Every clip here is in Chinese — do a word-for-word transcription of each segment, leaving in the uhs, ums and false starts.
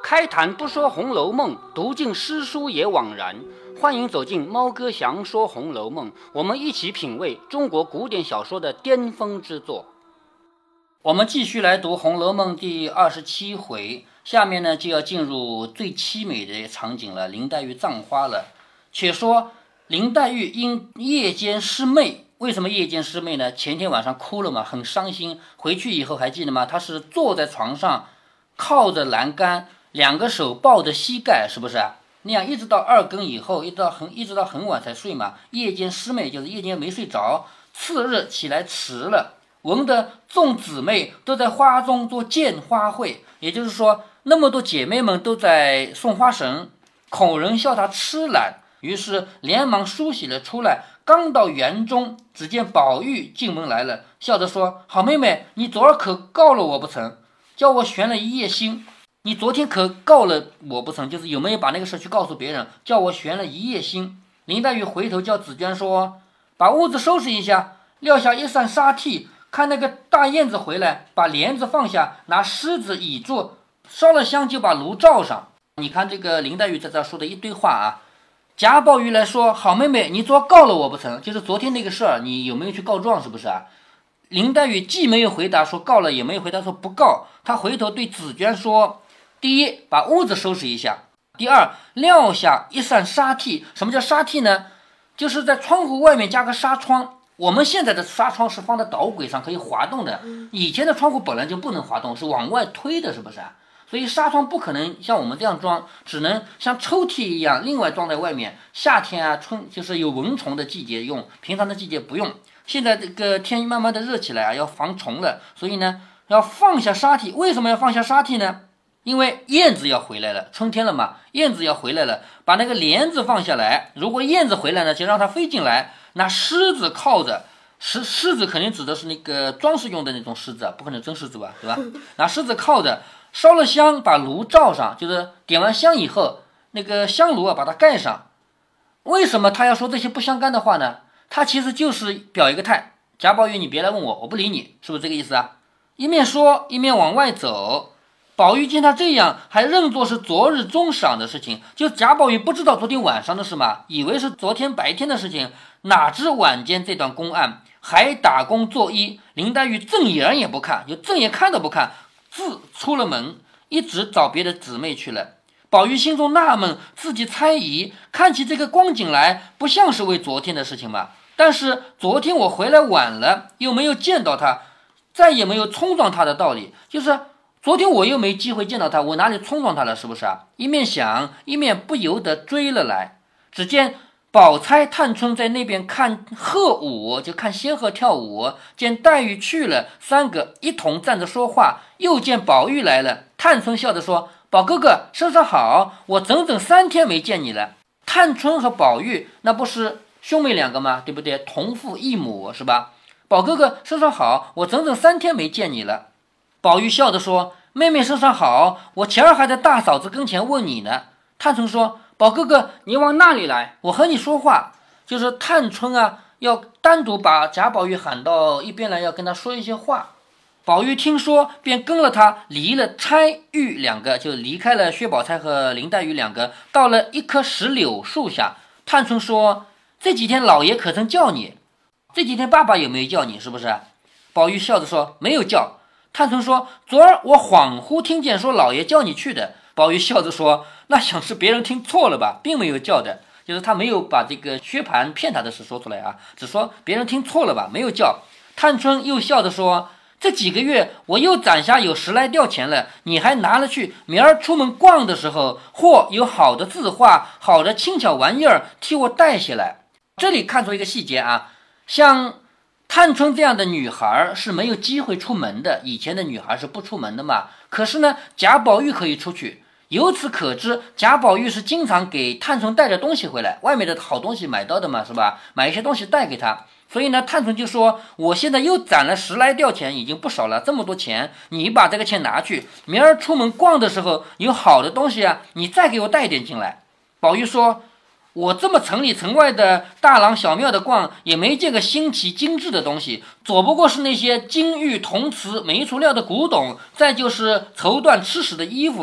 开坛不说《红楼梦》，读尽诗书也枉然。欢迎走进猫哥祥说《红楼梦》，我们一起品味中国古典小说的巅峰之作。我们继续来读《红楼梦》第二十七回，下面呢就要进入最凄美的场景了，林黛玉葬花了。且说林黛玉因夜间失寐，为什么夜间失寐呢？前天晚上哭了嘛，很伤心。回去以后还记得吗？她是坐在床上，靠着栏杆，两个手抱着膝盖，是不是那样一直到二更以后，一直到很一直到很晚才睡嘛。夜间失寐就是夜间没睡着，次日起来迟了，闻得众姊妹都在花中做见花会，也就是说那么多姐妹们都在送花绳，恐人笑她痴懒，于是连忙梳洗了出来。刚到园中，只见宝玉进门来了，笑着说：好妹妹，你昨儿可告了我不成？叫我悬了一夜心。你昨天可告了我不成？就是有没有把那个事去告诉别人，叫我悬了一夜心。林黛玉回头叫紫娟说：把屋子收拾一下，撂下一扇纱屉，看那个大燕子回来，把帘子放下，拿狮子倚住，烧了香就把炉罩上。你看这个林黛玉在这说的一堆话啊。贾宝玉来说：好妹妹，你昨告了我不成？就是昨天那个事儿，你有没有去告状，是不是啊？林黛玉既没有回答说告了，也没有回答说不告。她回头对紫娟说：第一，把屋子收拾一下；第二，撂下一扇纱屉。什么叫纱屉呢？就是在窗户外面加个纱窗。我们现在的纱窗是放在导轨上可以滑动的，以前的窗户本来就不能滑动，是往外推的，是不是啊？所以纱窗不可能像我们这样装，只能像抽屉一样另外装在外面。夏天啊，春就是有蚊虫的季节用，平常的季节不用。现在这个天慢慢的热起来啊，要防虫了，所以呢要放下纱屉。为什么要放下纱屉呢？因为燕子要回来了，春天了嘛，燕子要回来了，把那个帘子放下来。如果燕子回来呢，就让它飞进来，拿狮子靠着。狮狮子肯定指的是那个装饰用的那种狮子，不可能真狮子吧，对吧？拿狮子靠着，烧了香，把炉罩上，就是点完香以后，那个香炉啊把它盖上。为什么他要说这些不相干的话呢？他其实就是表一个态，贾宝玉你别来问我，我不理你，是不是这个意思啊？一面说一面往外走。宝玉见他这样，还认作是昨日中晌的事情，就贾宝玉不知道昨天晚上的事嘛，以为是昨天白天的事情，哪知晚间这段公案，还打工作揖。林黛玉正眼也不看，就正眼看都不看，自出了门，一直找别的姊妹去了。宝玉心中纳闷，自己猜疑，看起这个光景来，不像是为昨天的事情嘛。但是昨天我回来晚了，又没有见到他，再也没有冲撞他的道理，就是昨天我又没机会见到他，我哪里冲撞他了，是不是啊？一面想，一面不由得追了来。只见宝钗、探春在那边看鹤舞，就看仙鹤跳舞。见黛玉去了，三个一同站着说话。又见宝玉来了，探春笑着说：宝哥哥身上好，我整整三天没见你了。探春和宝玉那不是兄妹两个吗？对不对？同父异母是吧？宝哥哥身上好，我整整三天没见你了。宝玉笑着说：妹妹身上好，我前儿还在大嫂子跟前问你呢。探春说：宝哥哥你往那里来，我和你说话。就是探春啊，要单独把贾宝玉喊到一边来，要跟他说一些话。宝玉听说，便跟了他离了钗玉两个，就离开了薛宝钗和林黛玉两个，到了一棵石榴树下。探春说：这几天老爷可曾叫你？这几天爸爸有没有叫你，是不是？宝玉笑着说：没有叫。探春说：昨儿我恍惚听见说老爷叫你去的。宝玉笑着说：那想是别人听错了吧，并没有叫的，就是他没有把这个薛蟠骗他的事说出来啊，只说别人听错了吧，没有叫。探春又笑着说：这几个月我又攒下有十来吊钱了，你还拿了去，明儿出门逛的时候，或有好的字画，好的轻巧玩意儿，替我带下来。这里看出一个细节啊，像探春这样的女孩是没有机会出门的，以前的女孩是不出门的嘛。可是呢，贾宝玉可以出去，由此可知，贾宝玉是经常给探春带着东西回来，外面的好东西买到的嘛，是吧？买一些东西带给她。所以呢，探春就说：我现在又攒了十来吊钱，已经不少了，这么多钱，你把这个钱拿去，明儿出门逛的时候有好的东西啊，你再给我带点进来。宝玉说：我这么城里城外的大廊小庙的逛，也没见个新奇精致的东西，左不过是那些金玉铜瓷、煤塑料的古董，再就是绸缎吃食的衣服了。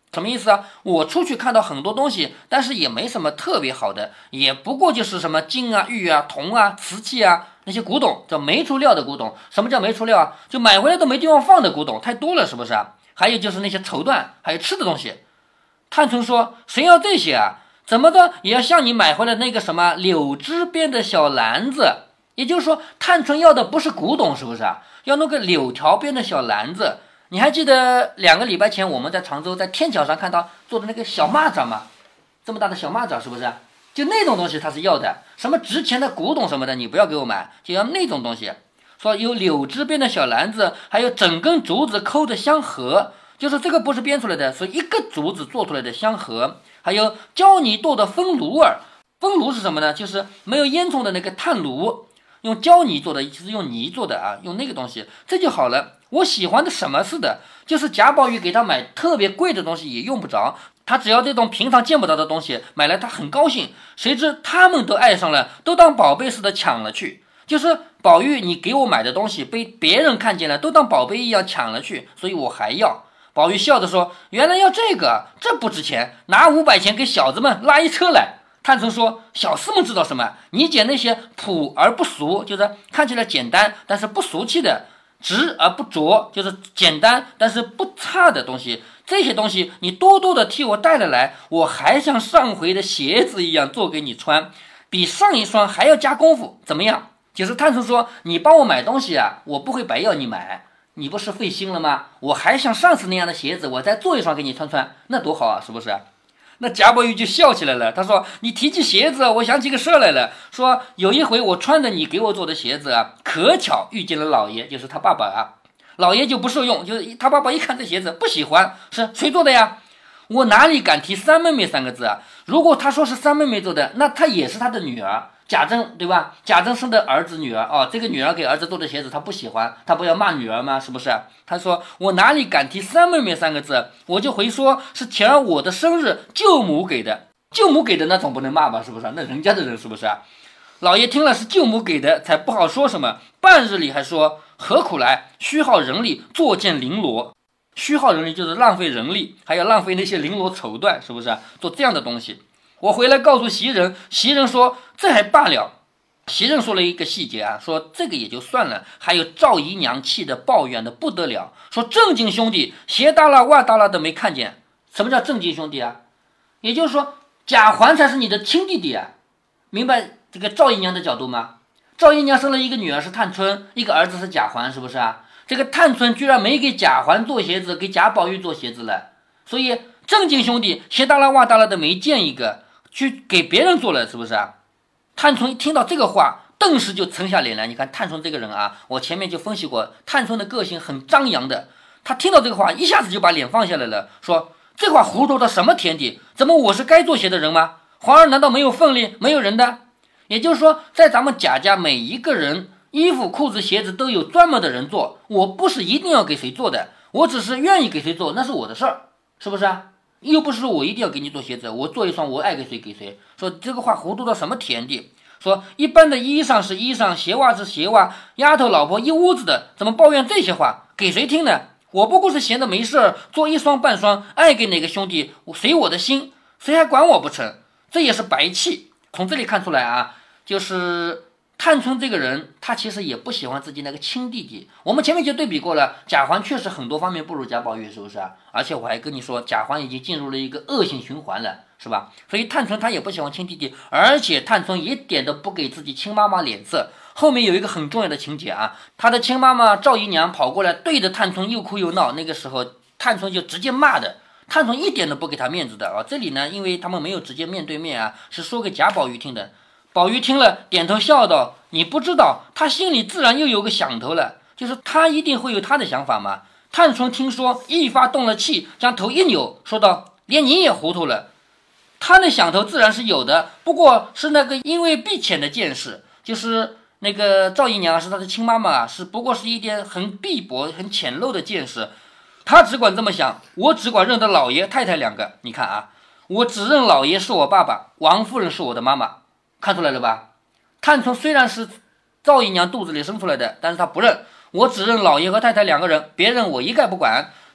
什么意思啊？我出去看到很多东西，但是也没什么特别好的，也不过就是什么金啊、玉啊、铜啊、瓷器啊，那些古董叫没出料的古董。什么叫没出料啊？就买回来都没地方放的古董，太多了，是不是啊？还有就是那些绸缎，还有吃的东西。探春说：“谁要这些啊？怎么的也要像你买回来那个什么柳枝边的小篮子。”也就是说，探春要的不是古董，是不是啊？要那个柳条边的小篮子。你还记得两个礼拜前我们在常州在天桥上看到做的那个小蚂蚱吗？这么大的小蚂蚱，是不是？就那种东西他是要的，什么值钱的古董什么的你不要给我买，就要那种东西。说有柳枝边的小篮子，还有整根竹子抠的香盒，就是这个不是编出来的，是一个竹子做出来的香盒。还有胶泥做的风炉儿，风炉是什么呢？就是没有烟囱的那个炭炉，用胶泥做的，其实用泥做的啊，用那个东西，这就好了。我喜欢的什么似的，就是贾宝玉给他买特别贵的东西也用不着，他只要这种平常见不到的东西买来他很高兴。谁知他们都爱上了，都当宝贝似的抢了去。就是宝玉你给我买的东西被别人看见了，都当宝贝一样抢了去，所以我还要。宝玉笑着说：“原来要这个，这不值钱，拿五百钱给小子们拉一车来。”探春说：“小厮们知道什么？你捡那些朴而不俗，就是看起来简单但是不俗气的，直而不拙，就是简单但是不差的东西。这些东西你多多的替我带了来，我还像上回的鞋子一样做给你穿，比上一双还要加功夫，怎么样？”就是探春说：“你帮我买东西啊，我不会白要你买，你不是费心了吗？我还像上次那样的鞋子，我再做一双给你穿穿，那多好啊，是不是？”那贾宝玉就笑起来了，他说：“你提起鞋子，我想起个事来了。说有一回我穿着你给我做的鞋子啊，可巧遇见了老爷，就是他爸爸啊。老爷就不受用，就是他爸爸一看这鞋子不喜欢，是谁做的呀？我哪里敢提三妹妹三个字啊？如果他说是三妹妹做的，那她也是他的女儿。”贾政对吧？贾政生的儿子女儿哦，这个女儿给儿子做的鞋子他不喜欢，他不要骂女儿吗？是不是？他说我哪里敢提三妹妹三个字，我就回说是前儿我的生日舅母给的，舅母给的那总不能骂吧？是不是？那人家的人是不是？老爷听了是舅母给的，才不好说什么，半日里还说何苦来，虚耗人力，作践绫罗。虚耗人力就是浪费人力，还要浪费那些绫罗绸缎，是不是？做这样的东西。我回来告诉袭人，袭人说这还罢了。袭人说了一个细节啊，说这个也就算了，还有赵姨娘气的抱怨的不得了，说正经兄弟鞋耷拉袜耷拉的没看见。什么叫正经兄弟啊？也就是说贾环才是你的亲弟弟啊，明白这个赵姨娘的角度吗？赵姨娘生了一个女儿是探春，一个儿子是贾环，是不是啊？这个探春居然没给贾环做鞋子，给贾宝玉做鞋子了，所以正经兄弟鞋耷拉袜耷拉的没见一个，去给别人做了，是不是啊？探春一听到这个话，顿时就沉下脸来。你看探春这个人啊，我前面就分析过，探春的个性很张扬的。他听到这个话，一下子就把脸放下来了，说这话糊涂到什么田地？怎么我是该做鞋的人吗？皇儿难道没有份力，没有人的？也就是说，在咱们贾家每一个人衣服裤子鞋子都有专门的人做，我不是一定要给谁做的，我只是愿意给谁做，那是我的事儿，是不是啊？又不是说我一定要给你做鞋子，我做一双我爱给谁给谁。说这个话糊涂到什么田地？说一般的衣裳是衣裳，鞋袜是鞋袜，丫头老婆一屋子的，怎么抱怨这些话？给谁听呢？我不过是闲的没事儿，做一双半双，爱给哪个兄弟随我的心，谁还管我不成？这也是白气。从这里看出来啊，就是探春这个人，他其实也不喜欢自己那个亲弟弟。我们前面就对比过了，贾环确实很多方面不如贾宝玉，是不是啊？而且我还跟你说，贾环已经进入了一个恶性循环了，是吧？所以探春她也不喜欢亲弟弟，而且探春一点都不给自己亲妈妈脸色。后面有一个很重要的情节啊，她的亲妈妈赵姨娘跑过来对着探春又哭又闹，那个时候探春就直接骂的。探春一点都不给她面子的啊！这里呢，因为他们没有直接面对面啊，是说给贾宝玉听的。宝玉听了，点头笑道：“你不知道，他心里自然又有个想头了，就是他一定会有他的想法嘛。”探春听说，一发动了气，将头一扭，说道：“连你也糊涂了。他的想头自然是有的，不过是那个因为避浅的见识，就是那个赵姨娘是他的亲妈妈，是不过是一点很鄙薄、很浅陋的见识。他只管这么想，我只管认得老爷太太两个。你看啊，我只认老爷是我爸爸，王夫人是我的妈妈。”看出来了吧？探春虽然是赵姨娘肚子里生出来的，但是她不认，我只认老爷和太太两个人，别人我一概不管。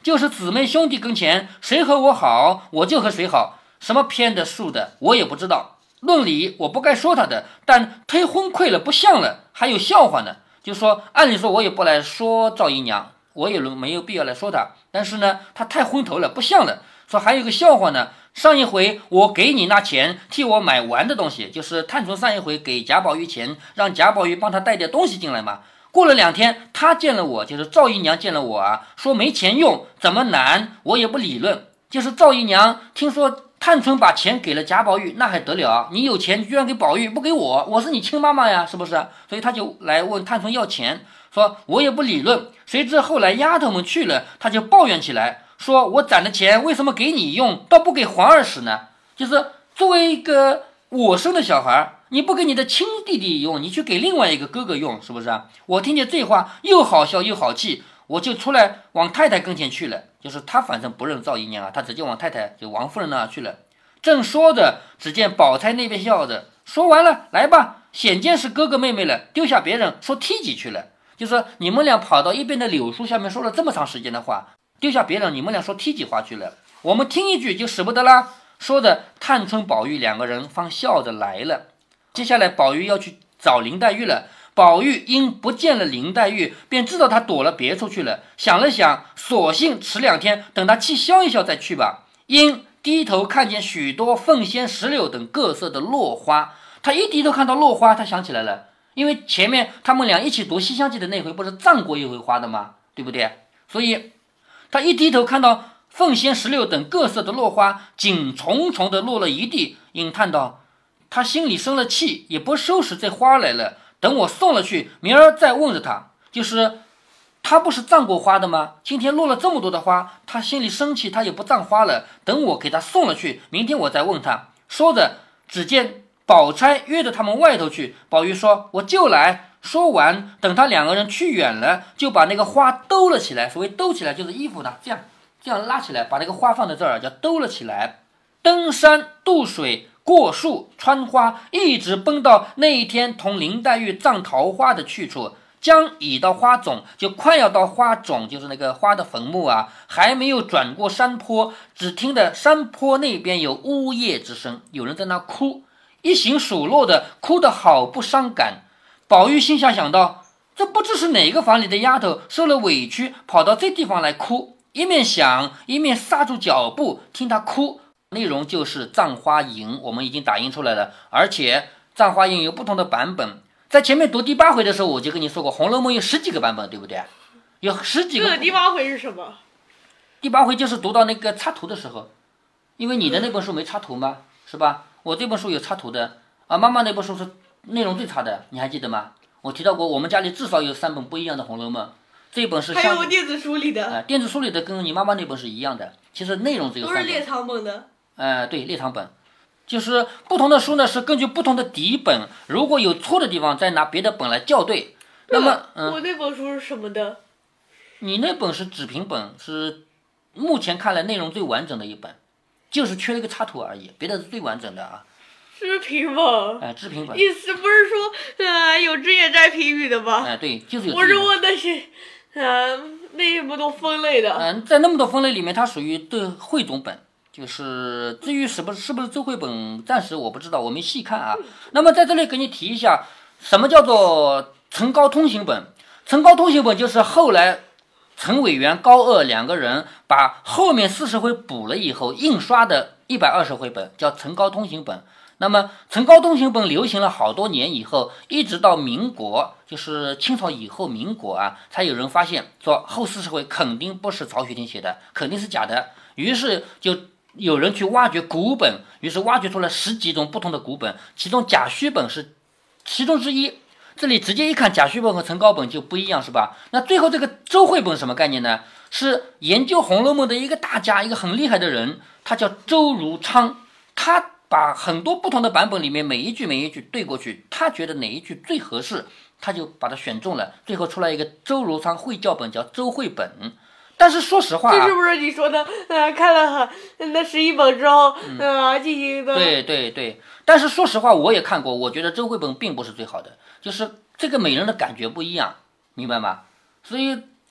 就是姊妹兄弟跟前，谁和我好，我就和谁好。什么偏的竖的，我也不知道。论理我不该说他的，但忒昏聩了，不像了，还有笑话呢。就说按理说我也不来说赵姨娘，我也没有必要来说她，但是呢，她太昏头了，不像了。说还有个笑话呢，上一回我给你那钱替我买玩的东西，就是探春上一回给贾宝玉钱，让贾宝玉帮他带点东西进来嘛。过了两天，他见了我，就是赵姨娘见了我啊，说没钱用，怎么难，我也不理论。就是赵姨娘听说探春把钱给了贾宝玉，那还得了？你有钱居然给宝玉，不给我，我是你亲妈妈呀，是不是？所以他就来问探春要钱，说我也不理论。谁知后来丫头们去了，他就抱怨起来，说我攒的钱为什么给你用，倒不给环儿使呢？就是作为一个我生的小孩，你不给你的亲弟弟用，你去给另外一个哥哥用，是不是？我听见这话又好笑又好气，我就出来往太太跟前去了。就是他反正不认赵姨娘啊，他直接往太太就王夫人那去了。正说着，只见宝钗那边笑着说完了，来吧，显见是哥哥妹妹了，丢下别人说梯级去了。就说你们俩跑到一边的柳树下面说了这么长时间的话，丢下别人，你们俩说梯级话去了，我们听一句就舍不得啦。说着，探春宝玉两个人方笑着来了。接下来宝玉要去找林黛玉了，宝玉因不见了林黛玉，便知道她躲了别处去了，想了想，索性迟两天，等她气消一消再去吧。因低头看见许多凤仙、石榴等各色的落花，他一低头看到落花，他想起来了，因为前面他们俩一起读《西厢记》的那回不是葬过一回花的吗？对不对？所以他一低头看到凤仙、石榴等各色的落花紧重重的落了一地，因叹道：他心里生了气，也不收拾这花来了，等我送了去，明儿再问着他。就是他不是葬过花的吗？今天落了这么多的花，他心里生气，他也不葬花了，等我给他送了去，明天我再问他。说着，只见宝钗约着他们外头去，宝玉说我就来。说完，等他两个人去远了，就把那个花兜了起来。所谓兜起来，就是衣服的这样这样拉起来，把那个花放在这儿，叫兜了起来。登山渡水过树穿花，一直奔到那一天同林黛玉葬桃花的去处，将已到花种，就快要到花种，就是那个花的坟墓啊，还没有转过山坡，只听得山坡那边有呜咽之声，有人在那哭，一行数落的，哭得好不伤感。宝玉心下想到，这不知是哪个房里的丫头受了委屈，跑到这地方来哭，一面想一面刹住脚步，听她哭。内容就是《葬花吟》，我们已经打印出来了，而且《葬花吟》有不同的版本。在前面读第八回的时候，我就跟你说过，《红楼梦》有十几个版本，对不对？有十几个。 这个第八回是什么？ 第八回就是读到那个插图的时候，因为你的那本书没插图吗？是吧？我这本书有插图的啊。妈妈那本书是内容最差的，你还记得吗？我提到过，我们家里至少有三本不一样的《红楼梦》，这本是还有电子书里的， 呃，电子书里的跟你妈妈那本是一样的，其实内容只有三本， 都是列藏本的。 呃，对，列藏本，就是不同的书呢是根据不同的底本，如果有错的地方，再拿别的本来校对。那么，嗯， 我那本书是什么的？ 你那本是纸评本，是目前看来内容最完整的一本，就是缺了一个插图而已，别的是最完整的啊。 是评本， 哎、呃，制评本。 意思不是说，呃，有只眼摘评语的吧？ 哎、呃，对，就是有。 我是问的是，呃，那么多分类的。 嗯、呃，在那么多分类里面，它属于对汇总本。就是至于是不是是不是周绘本，暂时我不知道，我没细看啊。那么在这里给你提一下，什么叫做陈高通行本？陈高通行本就是后来陈委员、高鹗两个人把后面四十回补了以后印刷的一百二十回本，叫陈高通行本。那么陈高通行本流行了好多年以后，一直到民国，就是清朝以后，民国啊，才有人发现说后四十回肯定不是曹雪芹写的，肯定是假的。于是就有人去挖掘古本，于是挖掘出了十几种不同的古本，其中贾虚本是其中之一。这里直接一看，贾虚本和陈高本就不一样，是吧？那最后这个周绘本什么概念呢？是研究《红楼梦》的一个大家，一个很厉害的人，他叫周如昌，他把很多不同的版本里面每一句每一句对过去，他觉得哪一句最合适，他就把它选中了，最后出来一个周如昌绘教本，叫周绘本。但是说实话、啊， 这是不是你说的？呃，看了那十一本之后，呃，进行的。 对对对，但是说实话，我也看过，我觉得周绘本并不是最好的，就是这个每人的感觉不一样，明白吗？所以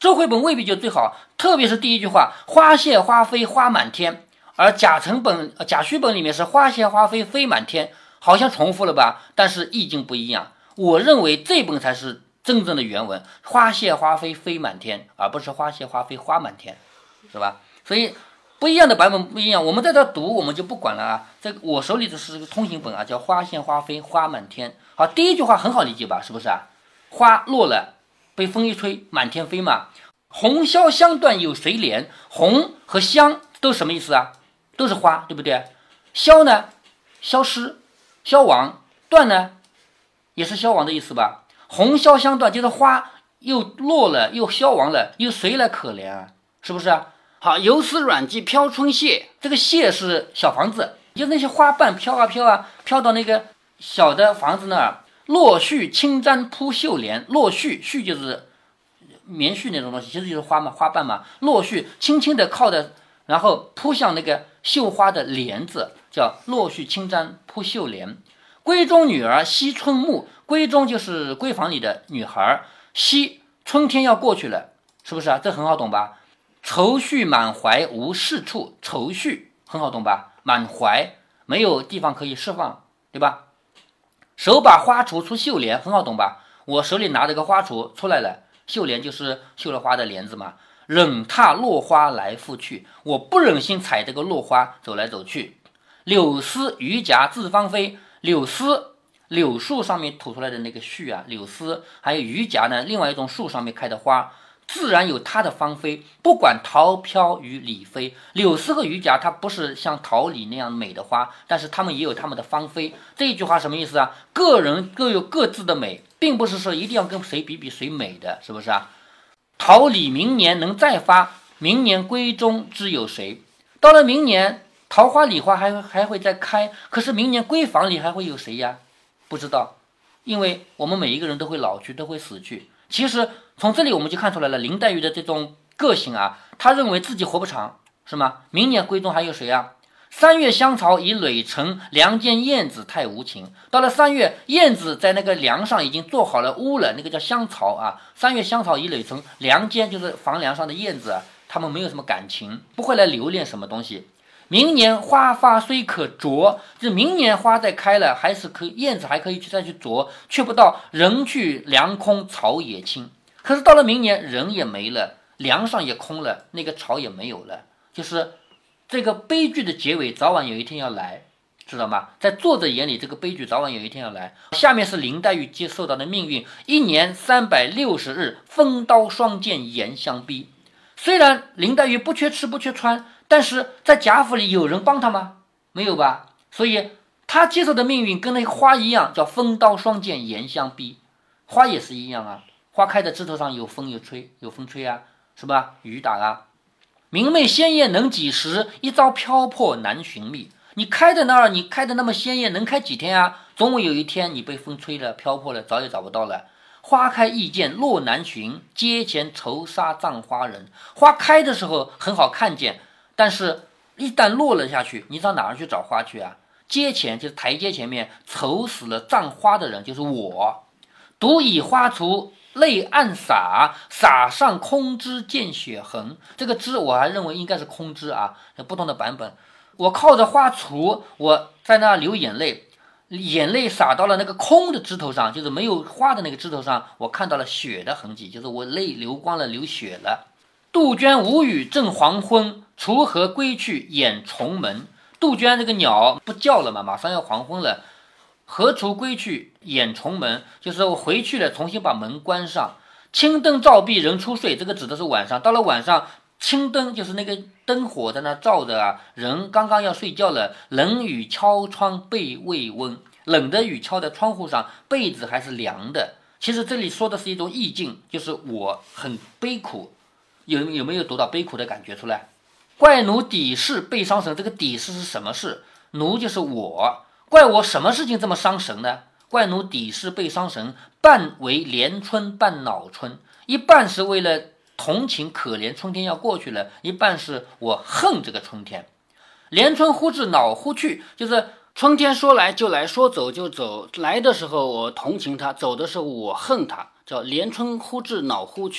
周绘本未必就最好，特别是第一句话花谢花飞花满天，而甲成本、甲戌本里面是花谢花飞飞满天，好像重复了吧？但是意境不一样。我认为这本才是真正的原文，花谢花飞飞满天，而不是花谢花飞花满天，是吧？所以不一样的版本不一样，我们在这读我们就不管了啊。这个我手里的是个通行本啊，叫花谢花飞花满天。好，第一句话很好理解吧？是不是啊？花落了，被风一吹，满天飞嘛。红消香断有谁怜？红和香都是什么意思啊？都是花，对不对？消呢，消失、消亡；断呢，也是消亡的意思吧？红消香断就是花又落了，又消亡了，又谁来可怜啊？是不是啊？ 好，游丝软髻飘春谢， 这个谢是小房子，就是那些花瓣飘啊飘啊，飘到那个小的房子那儿。落絮轻沾铺绣帘，落絮絮就是棉絮那种东西，其实就是花嘛，花瓣嘛。落絮轻轻的靠的，然后扑向那个绣花的帘子，叫落絮轻沾铺绣帘。闺中女儿惜春暮，闺中就是闺房里的女孩，惜春天要过去了，是不是啊？这很好懂吧？愁绪满怀无是处，愁绪很好懂吧？满怀没有地方可以释放，对吧？手把花锄出绣帘，很好懂吧？我手里拿着个花锄出来了，绣帘就是绣了花的帘子嘛。忍踏落花来复去，我不忍心踩这个落花走来走去。柳丝榆荚自芳菲，柳丝柳树上面吐出来的那个絮啊，柳丝还有榆荚呢，另外一种树上面开的花，自然有它的芳菲，不管桃飘与李飞。柳丝和榆荚它不是像桃李那样美的花，但是它们也有它们的芳菲。这一句话什么意思啊？个人各有各自的美，并不是说一定要跟谁比比谁美的，是不是啊？桃李明年能再发，明年闺中知有谁？到了明年，桃花李花还还会再开，可是明年闺房里还会有谁呀？不知道，因为我们每一个人都会老去，都会死去。其实从这里我们就看出来了，林黛玉的这种个性啊，她认为自己活不长，是吗？明年闺中还有谁啊？三月香草已垒成，梁间燕子太无情。到了三月，燕子在那个梁上已经做好了屋了，那个叫香草啊。三月香草已垒成，梁间就是房梁上的燕子啊，他们没有什么感情，不会来留恋什么东西。明年花发虽可啄，就明年花再开了，还是可以，燕子还可以去再去啄，却不到人去梁空草也青。可是到了明年，人也没了，梁上也空了，那个草也没有了，就是这个悲剧的结尾早晚有一天要来，知道吗？在作者眼里，这个悲剧早晚有一天要来。下面是林黛玉接受到的命运：一年三百六十日，风刀霜剑严相逼。虽然林黛玉不缺吃不缺穿，但是在贾府里有人帮她吗？没有吧。所以她接受的命运跟那个花一样，叫风刀霜剑严相逼。花也是一样啊，花开的枝头上有风有吹，有风吹啊，是吧？雨打啊。明媚鲜艳能几时？一朝飘破难寻觅。你开在那儿，你开的那么鲜艳，能开几天啊？总有一天你被风吹了，飘破了，早也找不到了。花开易见落难寻，阶前愁杀葬花人。花开的时候很好看见，但是一旦落了下去，你到哪儿去找花去啊？阶前就是台阶前面，愁死了葬花的人就是我。独以花锄泪暗洒，洒上空枝见血痕。这个枝我还认为应该是空枝啊，有不同的版本。我靠着花锄，我在那流眼泪，眼泪洒到了那个空的枝头上，就是没有花的那个枝头上，我看到了血的痕迹，就是我泪流光了，流血了。杜鹃无语正黄昏，锄禾归去掩重门。杜鹃这个鸟不叫了嘛，马上要黄昏了。何锄归去掩重门，就是我回去了，重新把门关上。青灯照壁人初睡，这个指的是晚上。到了晚上，青灯就是那个灯火在那照着啊，人刚刚要睡觉了。冷雨敲窗被未温，冷的雨敲在窗户上，被子还是凉的。其实这里说的是一种意境，就是我很悲苦。有有没有读到悲苦的感觉出来？怪奴抵事被伤神，这个抵事是什么事？奴就是我，怪我什么事情这么伤神呢？怪奴抵事被伤神，半为怜春半恼春，一半是为了同情可怜春天要过去了，一半是我恨这个春天。怜春忽至恼忽去，就是春天说来就来，说走就走，来的时候我同情他，走的时候我恨他，叫怜春忽至恼忽去。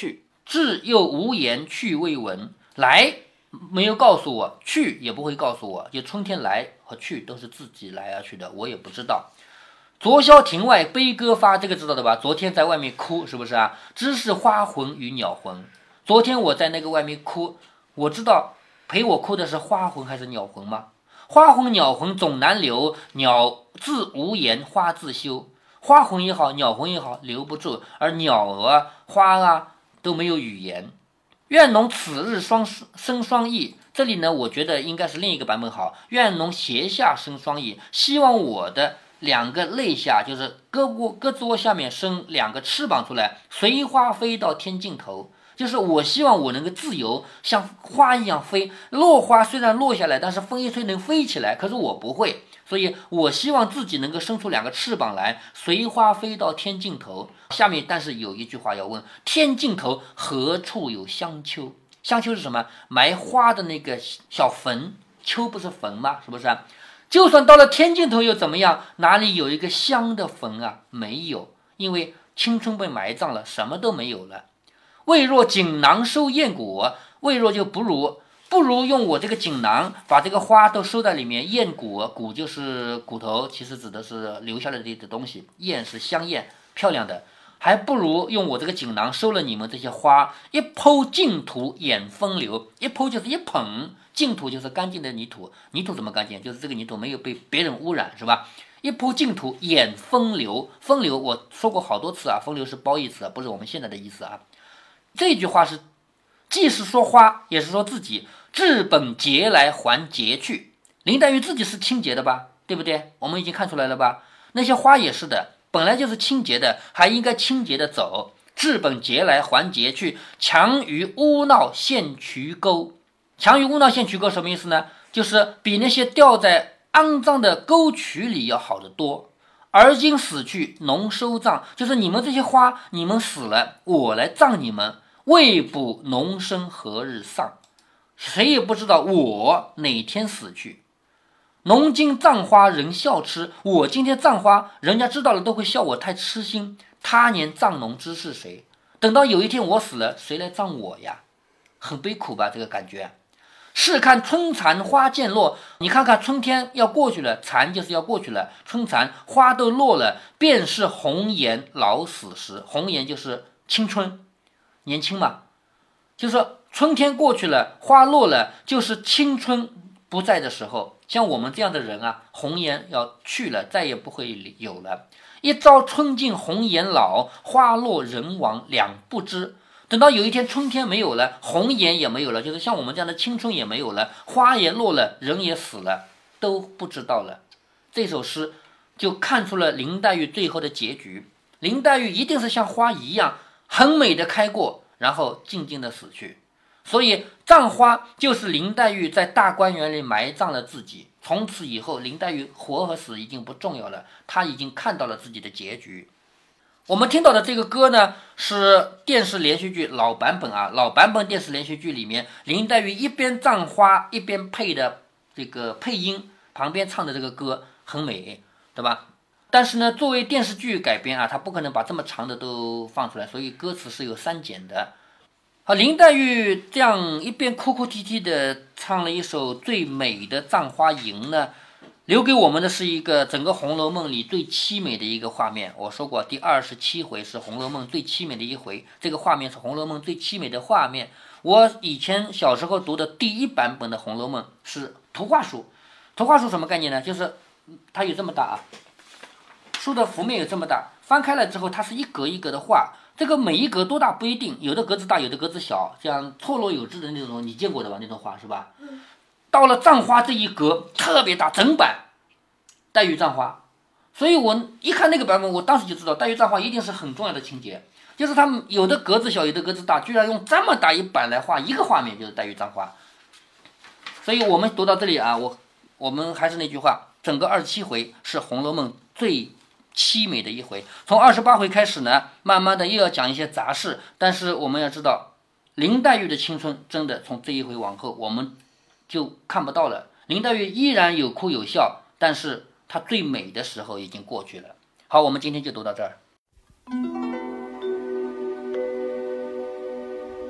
至又无言，去未闻。来没有告诉我，去也不会告诉我，就春天来和去都是自己来而去的，我也不知道。昨宵庭外悲歌发，这个知道的吧？昨天在外面哭，是不是啊？知是花魂与鸟魂。昨天我在那个外面哭，我知道陪我哭的是花魂还是鸟魂吗？花魂鸟魂总难留，鸟自无言，花自休。花魂也好，鸟魂也好，留不住，而鸟啊、花啊都没有语言。愿侬此日双生双翼，这里呢，我觉得应该是另一个版本好。愿侬斜下生双翼，希望我的两个肋下，就是胳膊胳肢窝下面生两个翅膀出来，随花飞到天尽头。就是我希望我能够自由，像花一样飞。落花虽然落下来，但是风一吹能飞起来，可是我不会，所以我希望自己能够生出两个翅膀来，随花飞到天尽头。下面但是有一句话要问：天尽头何处有香丘？香丘是什么？埋花的那个小坟，丘不是坟吗？是不是啊？就算到了天尽头又怎么样？哪里有一个香的坟啊？没有，因为青春被埋葬了，什么都没有了。未若锦囊收燕骨，未若就不如不如用我这个锦囊把这个花都收在里面。燕骨，骨就是骨头，其实指的是留下来的东西，燕是香艳漂亮的，还不如用我这个锦囊收了你们这些花。一抔净土掩风流，一抔就是一捧，净土就是干净的泥土，泥土怎么干净？就是这个泥土没有被别人污染，是吧？一抔净土掩风流，风流我说过好多次啊，风流是褒义词，不是我们现在的意思啊。这句话是既是说花，也是说自己。治本洁来还洁去，林黛玉自己是清洁的吧，对不对？我们已经看出来了吧？那些花也是的，本来就是清洁的，还应该清洁的走。治本洁来还洁去，强于污闹陷渠沟。强于污闹陷渠沟什么意思呢？就是比那些掉在肮脏的沟渠里要好得多。而今死去，侬收葬，就是你们这些花，你们死了，我来葬你们。未卜侬生何日丧，谁也不知道我哪天死去。侬今葬花人笑痴，我今天葬花，人家知道了都会笑我太痴心。他年葬侬知是谁？等到有一天我死了，谁来葬我呀？很悲苦吧，这个感觉。试看春残花渐落，你看看春天要过去了，残就是要过去了，春残花都落了，便是红颜老死时。红颜就是青春，年轻嘛，就是说春天过去了，花落了，就是青春不在的时候。像我们这样的人啊，红颜要去了，再也不会有了。一朝春尽红颜老，花落人亡两不知。等到有一天春天没有了，红颜也没有了，就是像我们这样的青春也没有了，花也落了，人也死了，都不知道了。这首诗就看出了林黛玉最后的结局。林黛玉一定是像花一样很美的开过，然后静静的死去。所以葬花就是林黛玉在大观园里埋葬了自己。从此以后，林黛玉活和死已经不重要了，她已经看到了自己的结局。我们听到的这个歌呢，是电视连续剧老版本啊，老版本电视连续剧里面，林黛玉一边葬花一边配的这个配音，旁边唱的这个歌很美，对吧？但是呢，作为电视剧改编啊，它不可能把这么长的都放出来，所以歌词是有删减的。好，林黛玉这样一边哭哭啼啼的唱了一首最美的《葬花吟》呢，留给我们的是一个整个《红楼梦》里最凄美的一个画面。我说过，第二十七回是《红楼梦》最凄美的一回，这个画面是《红楼梦》最凄美的画面。我以前小时候读的第一版本的《红楼梦》是图画书，图画书什么概念呢？就是它有这么大啊，书的幅面有这么大，翻开了之后，它是一格一格的画。这个每一格多大不一定，有的格子大，有的格子小，像错落有致的那种，你见过的吧？那种画是吧？嗯。到了葬花这一格特别大，整版黛玉葬花，所以我一看那个版本，我当时就知道黛玉葬花一定是很重要的情节，就是他们有的格子小，有的格子大，居然用这么大一版来画一个画面，就是黛玉葬花。所以我们读到这里啊，我我们还是那句话，整个二十七回是《红楼梦》最凄美的一回。从二十八回开始呢，慢慢的又要讲一些杂事，但是我们要知道，林黛玉的青春真的从这一回往后我们就看不到了。林黛玉依然有哭有笑，但是她最美的时候已经过去了。好，我们今天就读到这儿。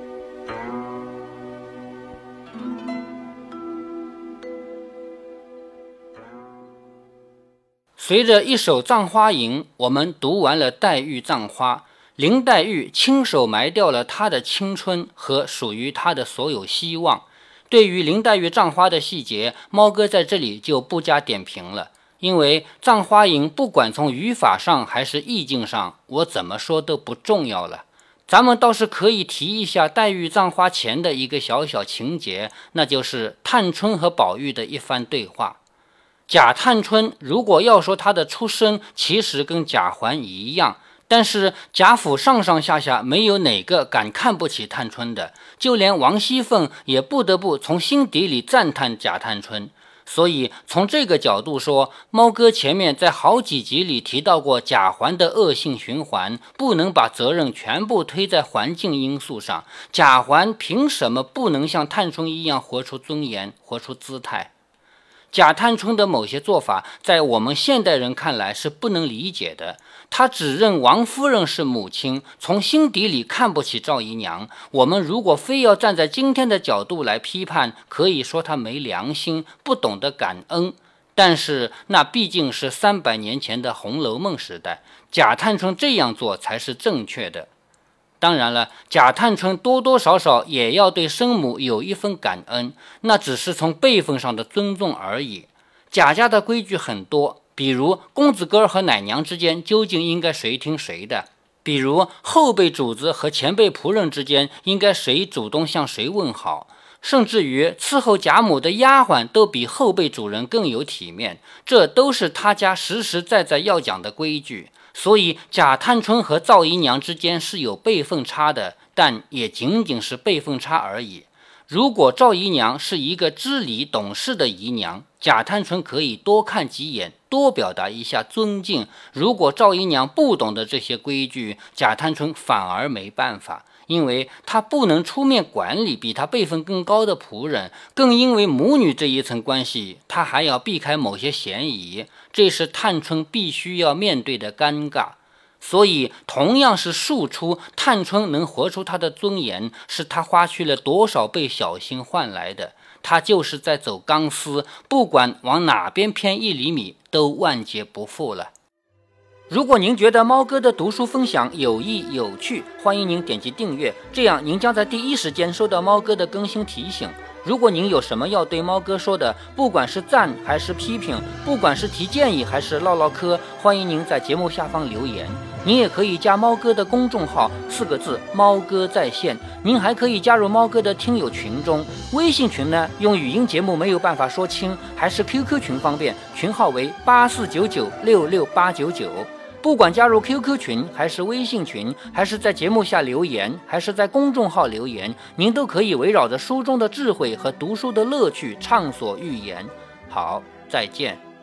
随着一首《葬花吟》，我们读完了黛玉葬花。林黛玉亲手埋掉了她的青春和属于她的所有希望。对于林黛玉葬花的细节，猫哥在这里就不加点评了，因为《葬花吟》不管从语法上还是意境上，我怎么说都不重要了。咱们倒是可以提一下黛玉葬花前的一个小小情节，那就是探春和宝玉的一番对话。贾探春如果要说她的出身，其实跟贾环一样，但是贾府上上下下没有哪个敢看不起探春的，就连王熙凤也不得不从心底里赞叹贾探春。所以从这个角度说，猫哥前面在好几集里提到过贾环的恶性循环，不能把责任全部推在环境因素上。贾环凭什么不能像探春一样活出尊严，活出姿态？贾探春的某些做法在我们现代人看来是不能理解的。他只认王夫人是母亲，从心底里看不起赵姨娘。我们如果非要站在今天的角度来批判，可以说他没良心，不懂得感恩。但是那毕竟是三百年前的《红楼梦》时代，贾探春这样做才是正确的。当然了，贾探春多多少少也要对生母有一份感恩，那只是从辈分上的尊重而已。贾家的规矩很多，比如公子哥和奶娘之间究竟应该谁听谁的，比如后辈主子和前辈仆人之间应该谁主动向谁问好，甚至于伺候贾母的丫鬟都比后辈主人更有体面，这都是他家实实在在要讲的规矩。所以贾探春和赵姨娘之间是有辈分差的，但也仅仅是辈分差而已。如果赵姨娘是一个知理懂事的姨娘，贾探春可以多看几眼，多表达一下尊敬。如果赵姨娘不懂得这些规矩，贾探春反而没办法，因为她不能出面管理比她辈分更高的仆人，更因为母女这一层关系，她还要避开某些嫌疑，这是探春必须要面对的尴尬。所以同样是庶出，探春能活出她的尊严，是她花去了多少倍小心换来的。她就是在走钢丝，不管往哪边偏一厘米，都万劫不复了。如果您觉得猫哥的读书分享有益有趣，欢迎您点击订阅，这样您将在第一时间收到猫哥的更新提醒。如果您有什么要对猫哥说的，不管是赞还是批评，不管是提建议还是唠唠嗑，欢迎您在节目下方留言。您也可以加猫哥的公众号，四个字，猫哥在线。您还可以加入猫哥的听友群中，微信群呢，用语音节目没有办法说清，还是 Q Q 群方便，群号为八四九九六六八九九。不管加入 Q Q 群还是微信群，还是在节目下留言，还是在公众号留言，您都可以围绕着书中的智慧和读书的乐趣畅所欲言。好，再见。